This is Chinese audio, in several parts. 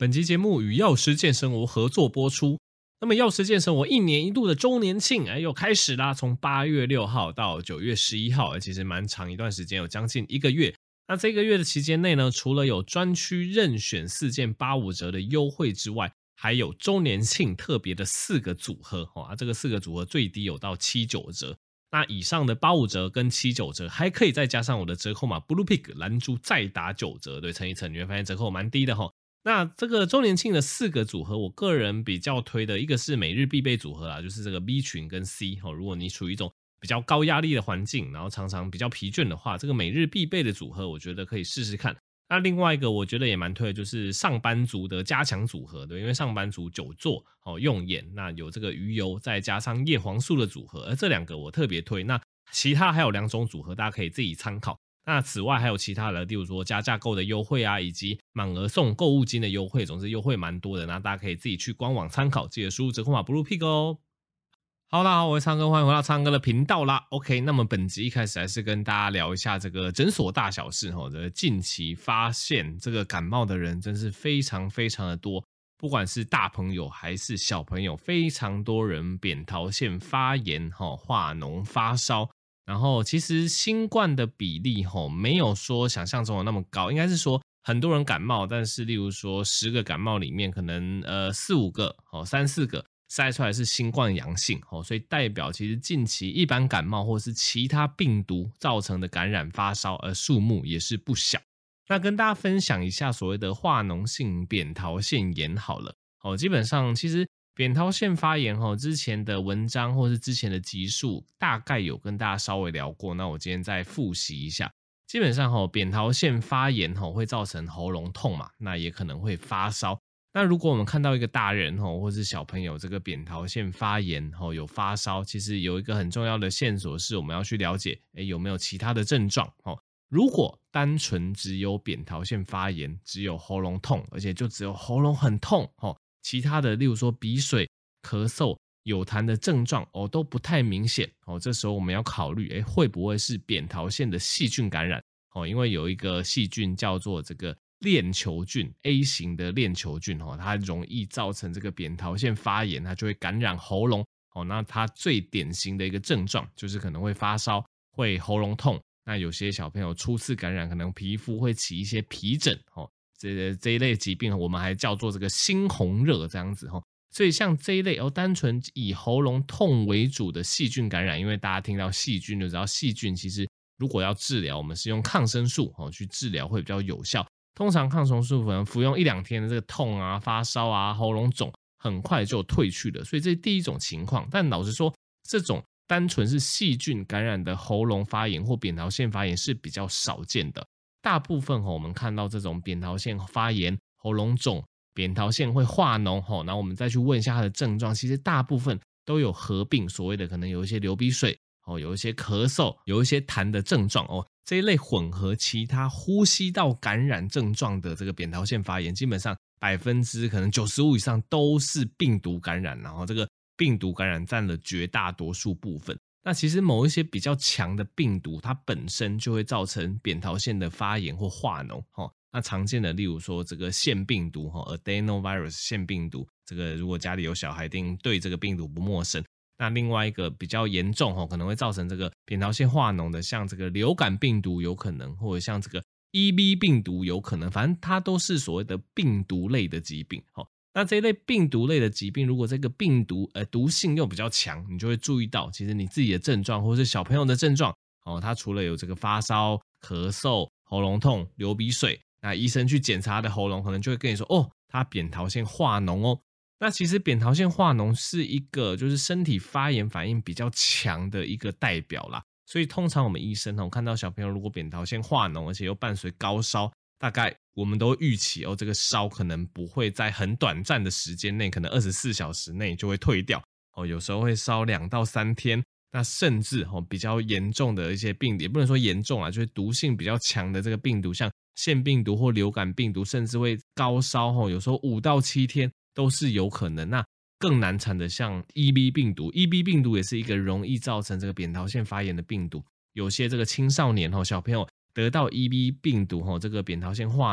本集节目与药师健生活合作播出。那么药师健生活1年1度的周年庆又开始啦，从8月6号到9月11号，其实蛮长一段时间，有将近1个月。那这个月的期间内呢，除了有专区任选4件85折的优惠之外，还有周年庆特别的4个组合，这个4个组合最低有到79折。那以上的85折跟79折，还可以再加上我的折扣码 BluePig 蓝猪再打9折，对，乘一乘你会发现折扣蛮低的齁。那这个周年庆的4个组合，我个人比较推的一个是每日必备组合啦，就是这个 B 群跟 C。如果你处于一种比较高压力的环境，然后常常比较疲倦的话，这个每日必备的组合我觉得可以试试看。那另外一个我觉得也蛮推的，就是上班族的加强组合，对，因为上班族久坐用眼，那有这个鱼油再加上叶黄素的组合，而这2个我特别推。那其他还有2种组合，大家可以自己参考。那此外还有其他的，例如说加价购的优惠啊，以及满额送购物金的优惠，总之优惠蛮多的，那大家可以自己去官网参考，记得输入折扣码 BluePig 哦。好啦，我是昌哥，欢迎回到昌哥的频道啦。OK， 那么本集一开始还是跟大家聊一下这个诊所大小事这个近期发现这个感冒的人真是非常非常的多，不管是大朋友还是小朋友，非常多人扁桃腺发炎、化脓、发烧。然后其实新冠的比例没有说想象中的那么高，应该是说很多人感冒，但是例如说10个感冒里面可能4-5个3-4个筛出来是新冠阳性，所以代表其实近期一般感冒或是其他病毒造成的感染发烧数目也是不小。那跟大家分享一下所谓的化脓性扁桃腺炎好了。基本上其实扁桃腺发炎之前的文章或是之前的集数大概有跟大家稍微聊过，那我今天再复习一下。基本上扁桃腺发炎会造成喉咙痛嘛，那也可能会发烧。那如果我们看到一个大人或是小朋友这个扁桃腺发炎有发烧，其实有一个很重要的线索是我们要去了解有没有其他的症状。如果单纯只有扁桃腺发炎，只有喉咙痛，而且就只有喉咙很痛，其他的例如说鼻水、咳嗽、有痰的症状都不太明显，这时候我们要考虑会不会是扁桃腺的细菌感染。因为有一个细菌叫做这个链球菌 A 型的链球菌，它容易造成这个扁桃腺发炎，它就会感染喉咙。那它最典型的一个症状就是可能会发烧，会喉咙痛，那有些小朋友初次感染可能皮肤会起一些皮疹，这一类疾病我们还叫做这个猩红热这样子。所以像这一类单纯以喉咙痛为主的细菌感染，因为大家听到细菌就知道细菌其实如果要治疗，我们是用抗生素去治疗会比较有效。通常抗生素可能服用1-2天的这个痛啊、发烧啊、喉咙肿很快就退去了，所以这是第一种情况。但老实说，这种单纯是细菌感染的喉咙发炎或扁桃腺发炎是比较少见的。大部分我们看到这种扁桃腺发炎、喉咙肿、扁桃腺会化脓，然后我们再去问一下它的症状，其实大部分都有合并所谓的可能有一些流鼻水，有一些咳嗽，有一些痰的症状这一类混合其他呼吸道感染症状的这个扁桃腺发炎，基本上可能95%以上都是病毒感染，然后这个病毒感染占了绝大多数部分。那其实某一些比较强的病毒，它本身就会造成扁桃腺的发炎或化脓。那常见的例如说这个腺病毒 adenovirus 腺病毒，这个如果家里有小孩一定对这个病毒不陌生。那另外一个比较严重可能会造成这个扁桃腺化脓的，像这个流感病毒有可能，或者像这个 EB 病毒有可能，反正它都是所谓的病毒类的疾病。那这一类病毒类的疾病，如果这个病毒毒性又比较强，你就会注意到其实你自己的症状或是小朋友的症状它除了有这个发烧、咳嗽、喉咙痛、流鼻水，那医生去检查他的喉咙可能就会跟你说他扁桃腺化脓那其实扁桃腺化脓是一个就是身体发炎反应比较强的一个代表啦，所以通常我们医生看到小朋友如果扁桃腺化脓，而且又伴随高烧，大概我们都预期这个烧可能不会在很短暂的时间内，可能24小时内就会退掉有时候会烧2到3天，那甚至比较严重的一些病也不能说严重就是毒性比较强的这个病毒，像腺病毒或流感病毒，甚至会高烧有时候5到7天都是有可能。那更难产的像 EB 病毒 ，EB 病毒也是一个容易造成这个扁桃腺发炎的病毒。有些这个青少年小朋友得到 EB 病毒这个扁桃腺化脓，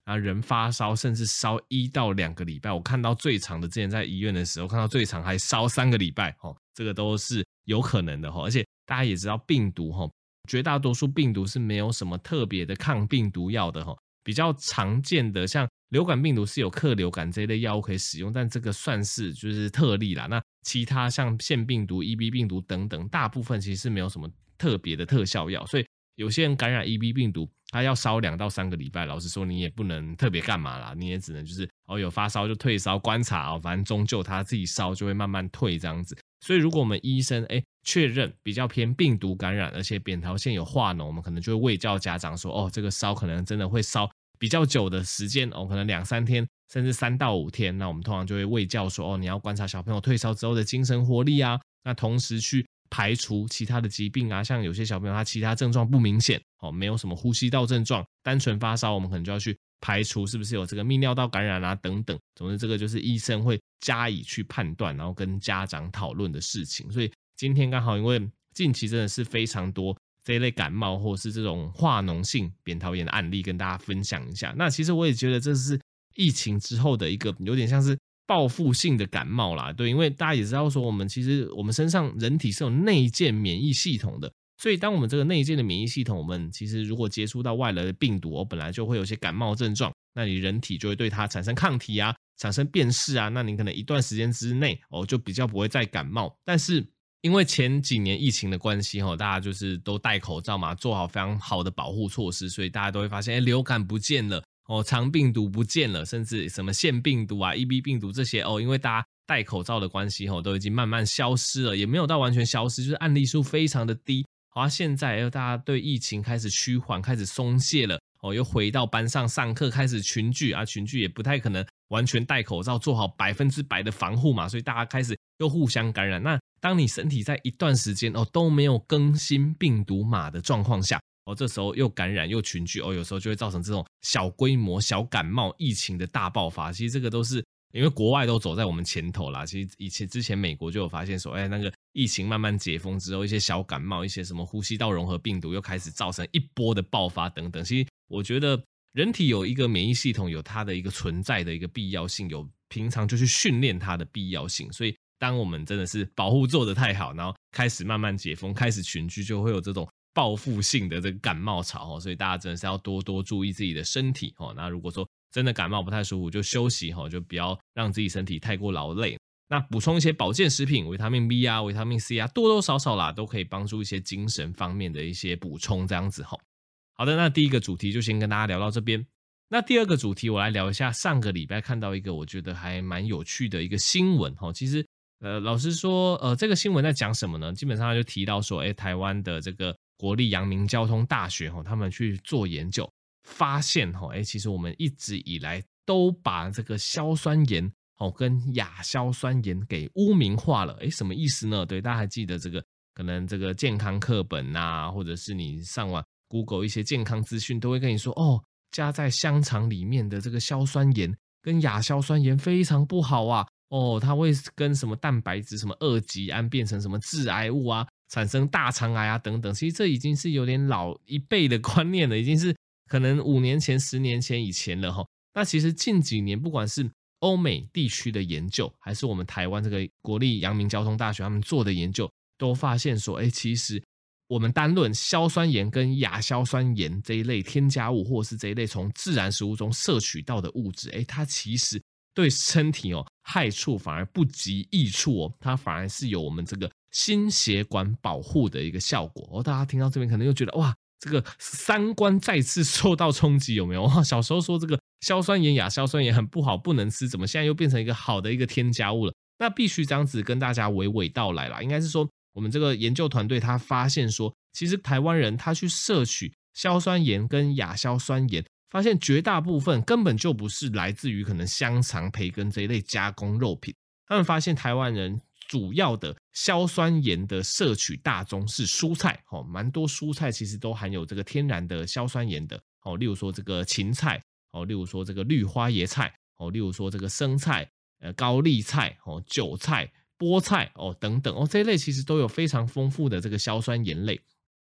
人发烧甚至烧1到2个礼拜，我看到最长的之前在医院的时候看到最长还烧3个礼拜，这个都是有可能的，而且大家也知道病毒绝大多数病毒是没有什么特别的抗病毒药的，比较常见的像流感病毒是有克流感这一类药物可以使用，但这个算是就是特例啦。那其他像腺病毒、EB 病毒等等，大部分其实是没有什么特别的特效药，所以有些人感染 EB 病毒，他要烧2到3个礼拜，老实说你也不能特别干嘛啦，你也只能就是有发烧就退烧观察反正终究他自己烧就会慢慢退这样子。所以如果我们医生确认比较偏病毒感染，而且扁桃腺有化脓，我们可能就会卫教家长说这个烧可能真的会烧比较久的时间可能2-3天甚至3到5天，那我们通常就会卫教说你要观察小朋友退烧之后的精神活力啊，那同时去排除其他的疾病啊，像有些小朋友他其他症状不明显没有什么呼吸道症状，单纯发烧，我们可能就要去排除是不是有这个泌尿道感染啊等等。总之这个就是医生会加以去判断，然后跟家长讨论的事情。所以今天刚好因为近期真的是非常多这一类感冒或是这种化脓性扁桃炎的案例跟大家分享一下。那其实我也觉得这是疫情之后的一个有点像是报复性的感冒啦，对，因为大家也知道说其实我们身上人体是有内建免疫系统的，所以当我们这个内建的免疫系统，我们其实如果接触到外来的病毒本来就会有些感冒症状，那你人体就会对它产生抗体啊，产生辨识啊，那你可能一段时间之内就比较不会再感冒。但是因为前几年疫情的关系大家就是都戴口罩嘛，做好非常好的保护措施，所以大家都会发现流感不见了肠病毒不见了，甚至什么腺病毒啊 EB 病毒这些因为大家戴口罩的关系都已经慢慢消失了，也没有到完全消失，就是案例数非常的低。现在大家对疫情开始趋缓，开始松懈了又回到班上上课，开始群聚啊，群聚也不太可能完全戴口罩做好100%的防护嘛，所以大家开始又互相感染。那当你身体在一段时间都没有更新病毒码的状况下这时候又感染又群聚有时候就会造成这种小规模小感冒疫情的大爆发。其实这个都是因为国外都走在我们前头啦，其实之前美国就有发现说那个疫情慢慢解封之后，一些小感冒一些什么呼吸道融合病毒又开始造成一波的爆发等等。其实我觉得人体有一个免疫系统有它的一个存在的一个必要性，有平常就去训练它的必要性，所以当我们真的是保护做得太好，然后开始慢慢解封开始群居，就会有这种报复性的这个感冒潮所以大家真的是要多多注意自己的身体那如果说真的感冒不太舒服就休息就不要让自己身体太过劳累。那补充一些保健食品，维他命 B 啊维他命 C 啊多多少少啦都可以帮助一些精神方面的一些补充这样子好的，那第一个主题就先跟大家聊到这边。那第二个主题我来聊一下上个礼拜看到一个我觉得还蛮有趣的一个新闻其实老实说这个新闻在讲什么呢？基本上就提到说台湾的这个国立阳明交通大学他们去做研究发现其实我们一直以来都把这个硝酸盐跟亚硝酸盐给污名化了。什么意思呢？对，大家还记得这个可能这个健康课本啊，或者是你上网 Google 一些健康资讯都会跟你说加在香肠里面的这个硝酸盐跟亚硝酸盐非常不好啊它会跟什么蛋白质什么二级胺变成什么致癌物啊，产生大肠癌啊等等。其实这已经是有点老一辈的观念了，已经是可能5年前10年前以前了那其实近几年不管是欧美地区的研究还是我们台湾这个国立阳明交通大学他们做的研究都发现说其实我们单论硝酸盐跟亚硝酸盐这一类添加物，或是这一类从自然食物中摄取到的物质它其实对身体害处反而不及益处它反而是有我们这个心血管保护的一个效果大家听到这边可能又觉得哇，这个三观再次受到冲击，有没有？小时候说这个硝酸盐亚硝酸盐很不好不能吃，怎么现在又变成一个好的一个添加物了？那必须这样子跟大家娓娓道来啦。应该是说我们这个研究团队他发现说，其实台湾人他去摄取硝酸盐跟亚硝酸盐，发现绝大部分根本就不是来自于可能香肠培根这一类加工肉品，他们发现台湾人主要的硝酸盐的摄取大宗是蔬菜蛮多蔬菜其实都含有这个天然的硝酸盐的例如说这个芹菜例如说这个绿花椰菜例如说这个生菜高丽菜韭菜菠菜等等这一类其实都有非常丰富的这个硝酸盐类。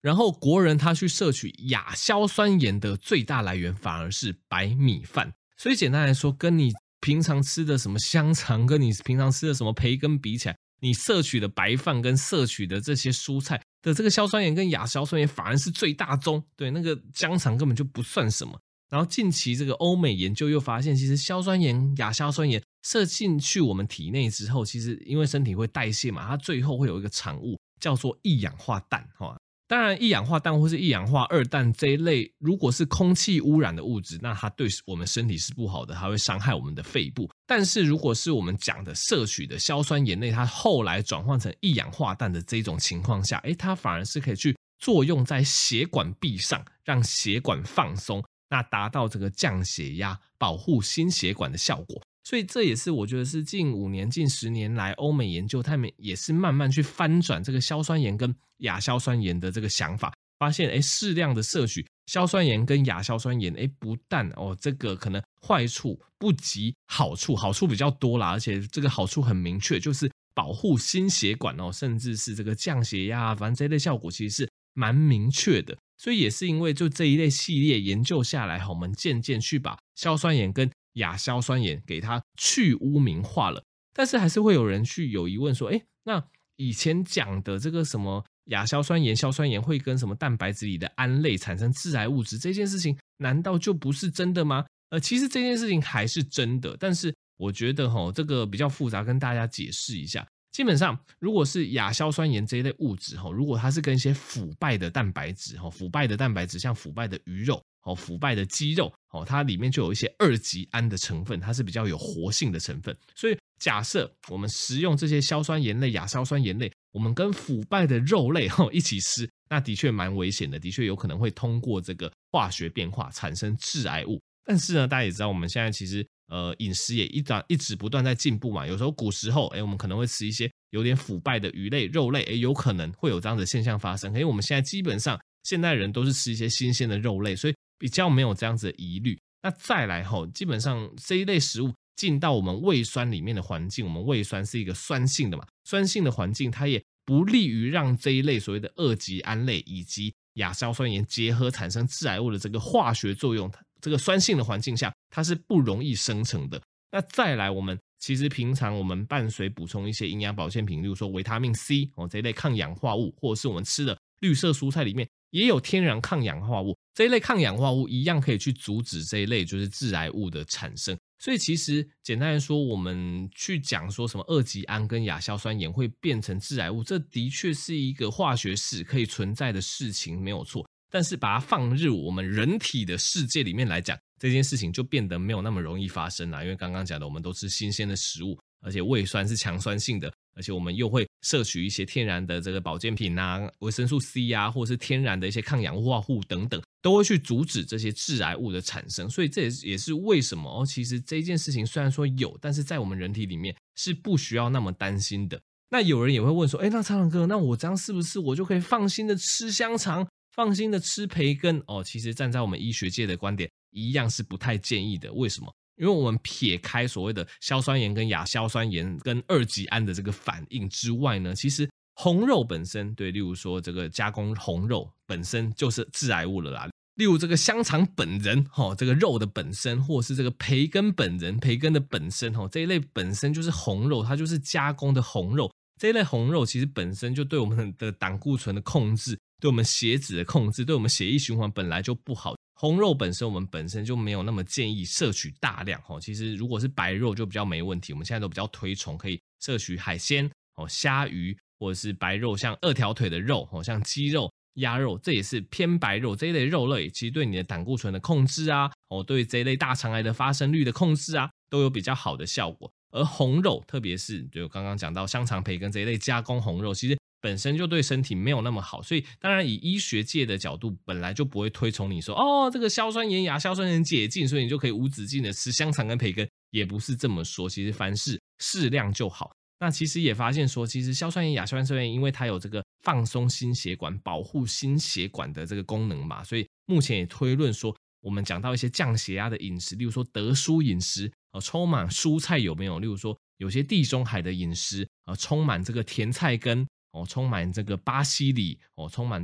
然后国人他去摄取亚硝酸盐的最大来源反而是白米饭。所以简单来说，跟你平常吃的什么香肠，跟你平常吃的什么培根比起来，你摄取的白饭跟摄取的这些蔬菜的这个硝酸盐跟亚硝酸盐反而是最大宗，对，那个香肠根本就不算什么。然后近期这个欧美研究又发现，其实硝酸盐、亚硝酸盐摄进去我们体内之后，其实因为身体会代谢嘛，它最后会有一个产物叫做一氧化氮。当然一氧化氮或是一氧化二氮这一类如果是空气污染的物质，那它对我们身体是不好的，它会伤害我们的肺部。但是如果是我们讲的摄取的硝酸盐类，它后来转换成一氧化氮的这种情况下，它反而是可以去作用在血管壁上，让血管放松，那达到这个降血压、保护心血管的效果。所以这也是我觉得是近5年、近10年来欧美研究他们也是慢慢去翻转这个硝酸盐跟亚硝酸盐的这个想法，发现适量的摄取硝酸盐跟亚硝酸盐，不但这个可能坏处不及好处，好处比较多啦，而且这个好处很明确，就是保护心血管甚至是这个降血压，反正这类效果其实是蛮明确的。所以也是因为就这一类系列研究下来，我们渐渐去把硝酸盐跟亚硝酸盐给它去污名化了。但是还是会有人去有疑问说，那以前讲的这个什么亚硝酸盐、硝酸盐会跟什么蛋白质里的胺类产生致癌物质，这件事情难道就不是真的吗？其实这件事情还是真的，但是我觉得这个比较复杂，跟大家解释一下。基本上如果是亚硝酸盐这一类物质，如果它是跟一些腐败的蛋白质，腐败的蛋白质像腐败的鱼肉、腐败的鸡肉，它里面就有一些二级胺的成分，它是比较有活性的成分。所以假设我们食用这些硝酸盐类、亚硝酸盐类，我们跟腐败的肉类一起吃，那的确蛮危险的，的确有可能会通过这个化学变化产生致癌物。但是呢，大家也知道我们现在其实饮食也一直不断在进步嘛，有时候古时候我们可能会吃一些有点腐败的鱼类、肉类，有可能会有这样的现象发生。因为我们现在基本上现代人都是吃一些新鲜的肉类，所以比较没有这样子的疑虑。那再来基本上这一类食物进到我们胃酸里面的环境，我们胃酸是一个酸性的嘛，酸性的环境它也不利于让这一类所谓的二级胺类以及亚硝酸盐结合产生致癌物的这个化学作用，这个酸性的环境下它是不容易生成的。那再来我们其实平常我们伴随补充一些营养保健品，例如说维他命 C 这一类抗氧化物，或者是我们吃的绿色蔬菜里面也有天然抗氧化物，这一类抗氧化物一样可以去阻止这一类就是致癌物的产生。所以其实简单来说，我们去讲说什么二级胺跟亚硝酸盐会变成致癌物，这的确是一个化学式可以存在的事情，没有错。但是把它放入我们人体的世界里面来讲，这件事情就变得没有那么容易发生了。因为刚刚讲的我们都吃新鲜的食物，而且胃酸是强酸性的，而且我们又会摄取一些天然的这个保健品啊、维生素 C 啊，或者是天然的一些抗氧化物等等，都会去阻止这些致癌物的产生。所以这也是为什么其实这件事情虽然说有，但是在我们人体里面是不需要那么担心的。那有人也会问说，那苍狼哥，那我这样是不是我就可以放心的吃香肠，放心的吃培根？其实站在我们医学界的观点，一样是不太建议的。为什么？因为我们撇开所谓的硝酸盐跟亚硝酸盐跟二级胺的这个反应之外呢，其实红肉本身，对，例如说这个加工红肉本身就是致癌物了啦。例如这个香肠本人这个肉的本身，或者是这个培根本人，培根的本身这一类本身就是红肉，它就是加工的红肉。这一类红肉其实本身就对我们的胆固醇的控制，对我们血脂的控制，对我们血液循环本来就不好。红肉本身我们本身就没有那么建议摄取大量。其实如果是白肉就比较没问题，我们现在都比较推崇可以摄取海鲜、虾鱼，或者是白肉，像二条腿的肉，像鸡肉、鸭肉，这也是偏白肉。这一类肉类其实对你的胆固醇的控制啊，对这一类大肠癌的发生率的控制啊，都有比较好的效果。而红肉，特别是就刚刚讲到香肠、培根这一类加工红肉，其实本身就对身体没有那么好，所以当然以医学界的角度，本来就不会推崇你说这个硝酸盐、亚硝酸盐解禁，所以你就可以无止境的吃香肠跟培根，也不是这么说。其实凡事适量就好。那其实也发现说，其实硝酸盐、亚硝酸盐因为它有这个放松心血管、保护心血管的这个功能嘛，所以目前也推论说，我们讲到一些降血压的饮食，例如说德蔬饮食，充满蔬菜有没有？例如说有些地中海的饮食，充满这个甜菜根，充满这个巴西里，充满这个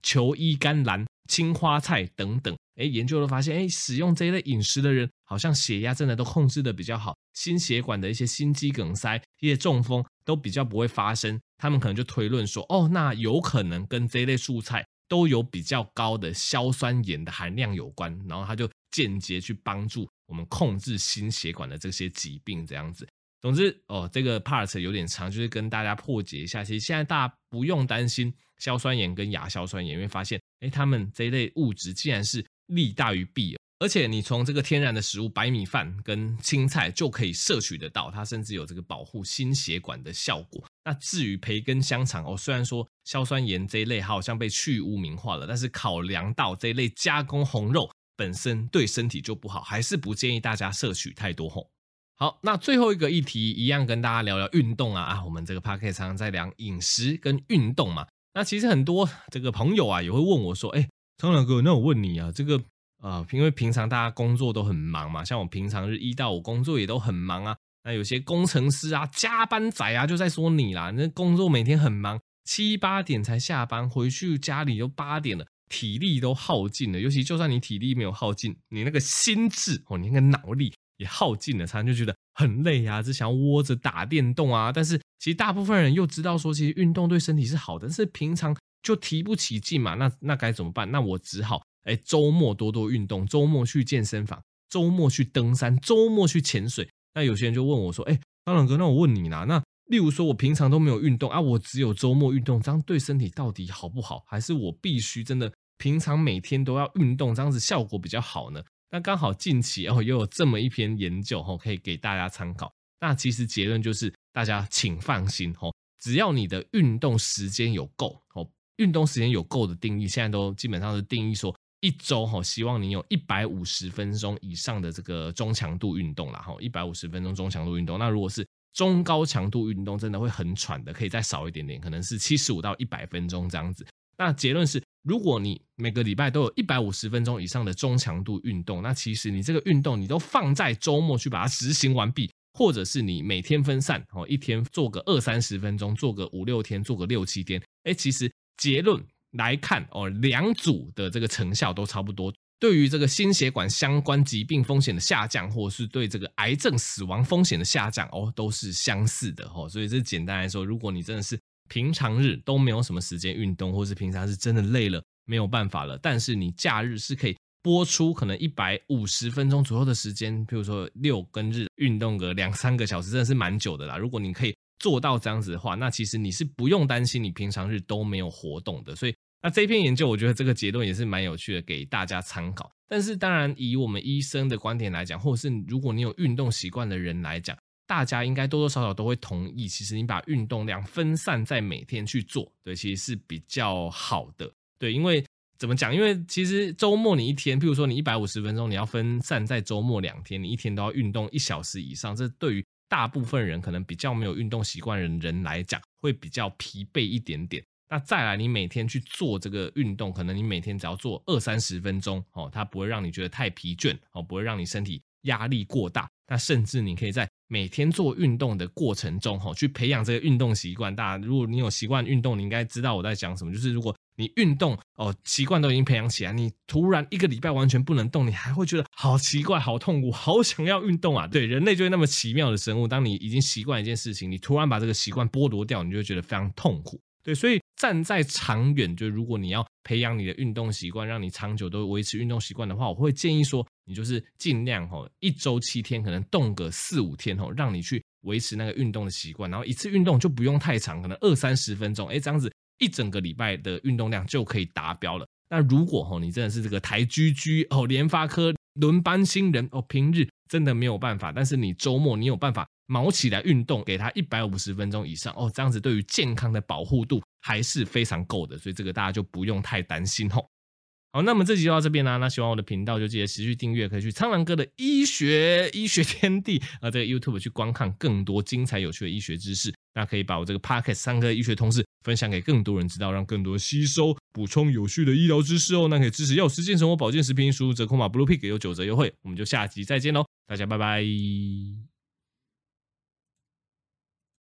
球衣甘蓝、青花菜等等。研究都发现，使用这一类饮食的人，好像血压真的都控制的比较好，心血管的一些心肌梗塞、一些中风都比较不会发生。他们可能就推论说，那有可能跟这一类蔬菜都有比较高的硝酸盐的含量有关，然后他就间接去帮助我们控制心血管的这些疾病这样子。总之这个 part 有点长，就是跟大家破解一下，其实现在大家不用担心硝酸盐跟亚硝酸盐，因为发现他们这一类物质既然是利大于弊，而且你从这个天然的食物白米饭跟青菜就可以摄取得到，它甚至有这个保护心血管的效果。那至于培根、香肠虽然说硝酸盐这一类好像被去污名化了，但是考量到这一类加工红肉本身对身体就不好，还是不建议大家摄取太多吼。好，那最后一个议题一样跟大家聊聊运动我们这个 podcast 常常在聊饮食跟运动嘛。那其实很多这个朋友也会问我说，苍狼哥，那我问你这个因为平常大家工作都很忙嘛，像我平常日1到5工作也都很忙那有些工程师加班仔就在说你啦，那工作每天很忙，7、8点才下班，回去家里就8点了，体力都耗尽了。尤其就算你体力没有耗尽，你那个心智你那个脑力也耗尽了，常常就觉得很累只想要窝着打电动但是其实大部分人又知道说，其实运动对身体是好的，但是平常就提不起劲嘛，那该怎么办？那我只好周末多多运动，周末去健身房，周末去登山，周末去潜水。那有些人就问我说，苍狼哥，那我问你啦，那例如说我平常都没有运动我只有周末运动，这样对身体到底好不好？还是我必须真的平常每天都要运动，这样子效果比较好呢？那刚好近期又有这么一篇研究可以给大家参考。那其实结论就是大家请放心只要你的运动时间有够运动时间有够的定义现在都基本上是定义说一周希望你有150分钟以上的这个中强度运动啦150分钟中强度运动。那如果是中高强度运动真的会很喘的，可以再少一点点，可能是75到100分钟这样子。那结论是，如果你每个礼拜都有150分钟以上的中强度运动，那其实你这个运动你都放在周末去把它执行完毕，或者是你每天分散一天做个20-30分钟，做个5-6天，做个6-7天，其实结论来看两组的这个成效都差不多，对于这个心血管相关疾病风险的下降，或是对这个癌症死亡风险的下降都是相似的所以这简单来说，如果你真的是平常日都没有什么时间运动，或是平常是真的累了没有办法了，但是你假日是可以播出可能150分钟左右的时间，比如说6跟日运动个2-3个小时，真的是蛮久的啦。如果你可以做到这样子的话，那其实你是不用担心你平常日都没有活动的。所以那这篇研究我觉得这个结论也是蛮有趣的，给大家参考。但是当然以我们医生的观点来讲，或者是如果你有运动习惯的人来讲，大家应该多多少少都会同意，其实你把运动量分散在每天去做，对，其实是比较好的。对，因为怎么讲？因为其实周末你一天，譬如说你150分钟，你要分散在周末2天，你一天都要运动1小时以上，这对于大部分人可能比较没有运动习惯的人来讲，会比较疲惫一点点。那再来，你每天去做这个运动，可能你每天只要做20-30分钟它不会让你觉得太疲倦不会让你身体压力过大。那甚至你可以在每天做运动的过程中去培养这个运动习惯。大家如果你有习惯运动，你应该知道我在讲什么，就是如果你运动习惯都已经培养起来，你突然1个礼拜完全不能动，你还会觉得好奇怪好痛苦，好想要运动对，人类就是那么奇妙的生物，当你已经习惯一件事情，你突然把这个习惯剥夺掉，你就会觉得非常痛苦。对，所以站在长远，就如果你要培养你的运动习惯，让你长久都维持运动习惯的话，我会建议说你就是尽量1周7天可能动个4-5天让你去维持那个运动的习惯，然后一次运动就不用太长，可能20-30分钟这样子一整个礼拜的运动量就可以达标了。那如果你真的是这个台居居联发科轮班新人平日真的没有办法，但是你周末你有办法卯起来运动，给他150分钟以上这样子对于健康的保护度还是非常够的，所以这个大家就不用太担心好，那么这集就到这边啦。那喜欢我的频道就记得持续订阅，可以去苍狼哥的医学天地这个 YouTube 去观看更多精彩有趣的医学知识。那可以把我这个 Podcast 苍狼哥的医学通识分享给更多人知道，让更多人吸收补充有趣的医疗知识那可以支持药师健生活保健食品，输入折扣码 BluePig 有9折优惠。我们就下集再见咯，大家拜拜。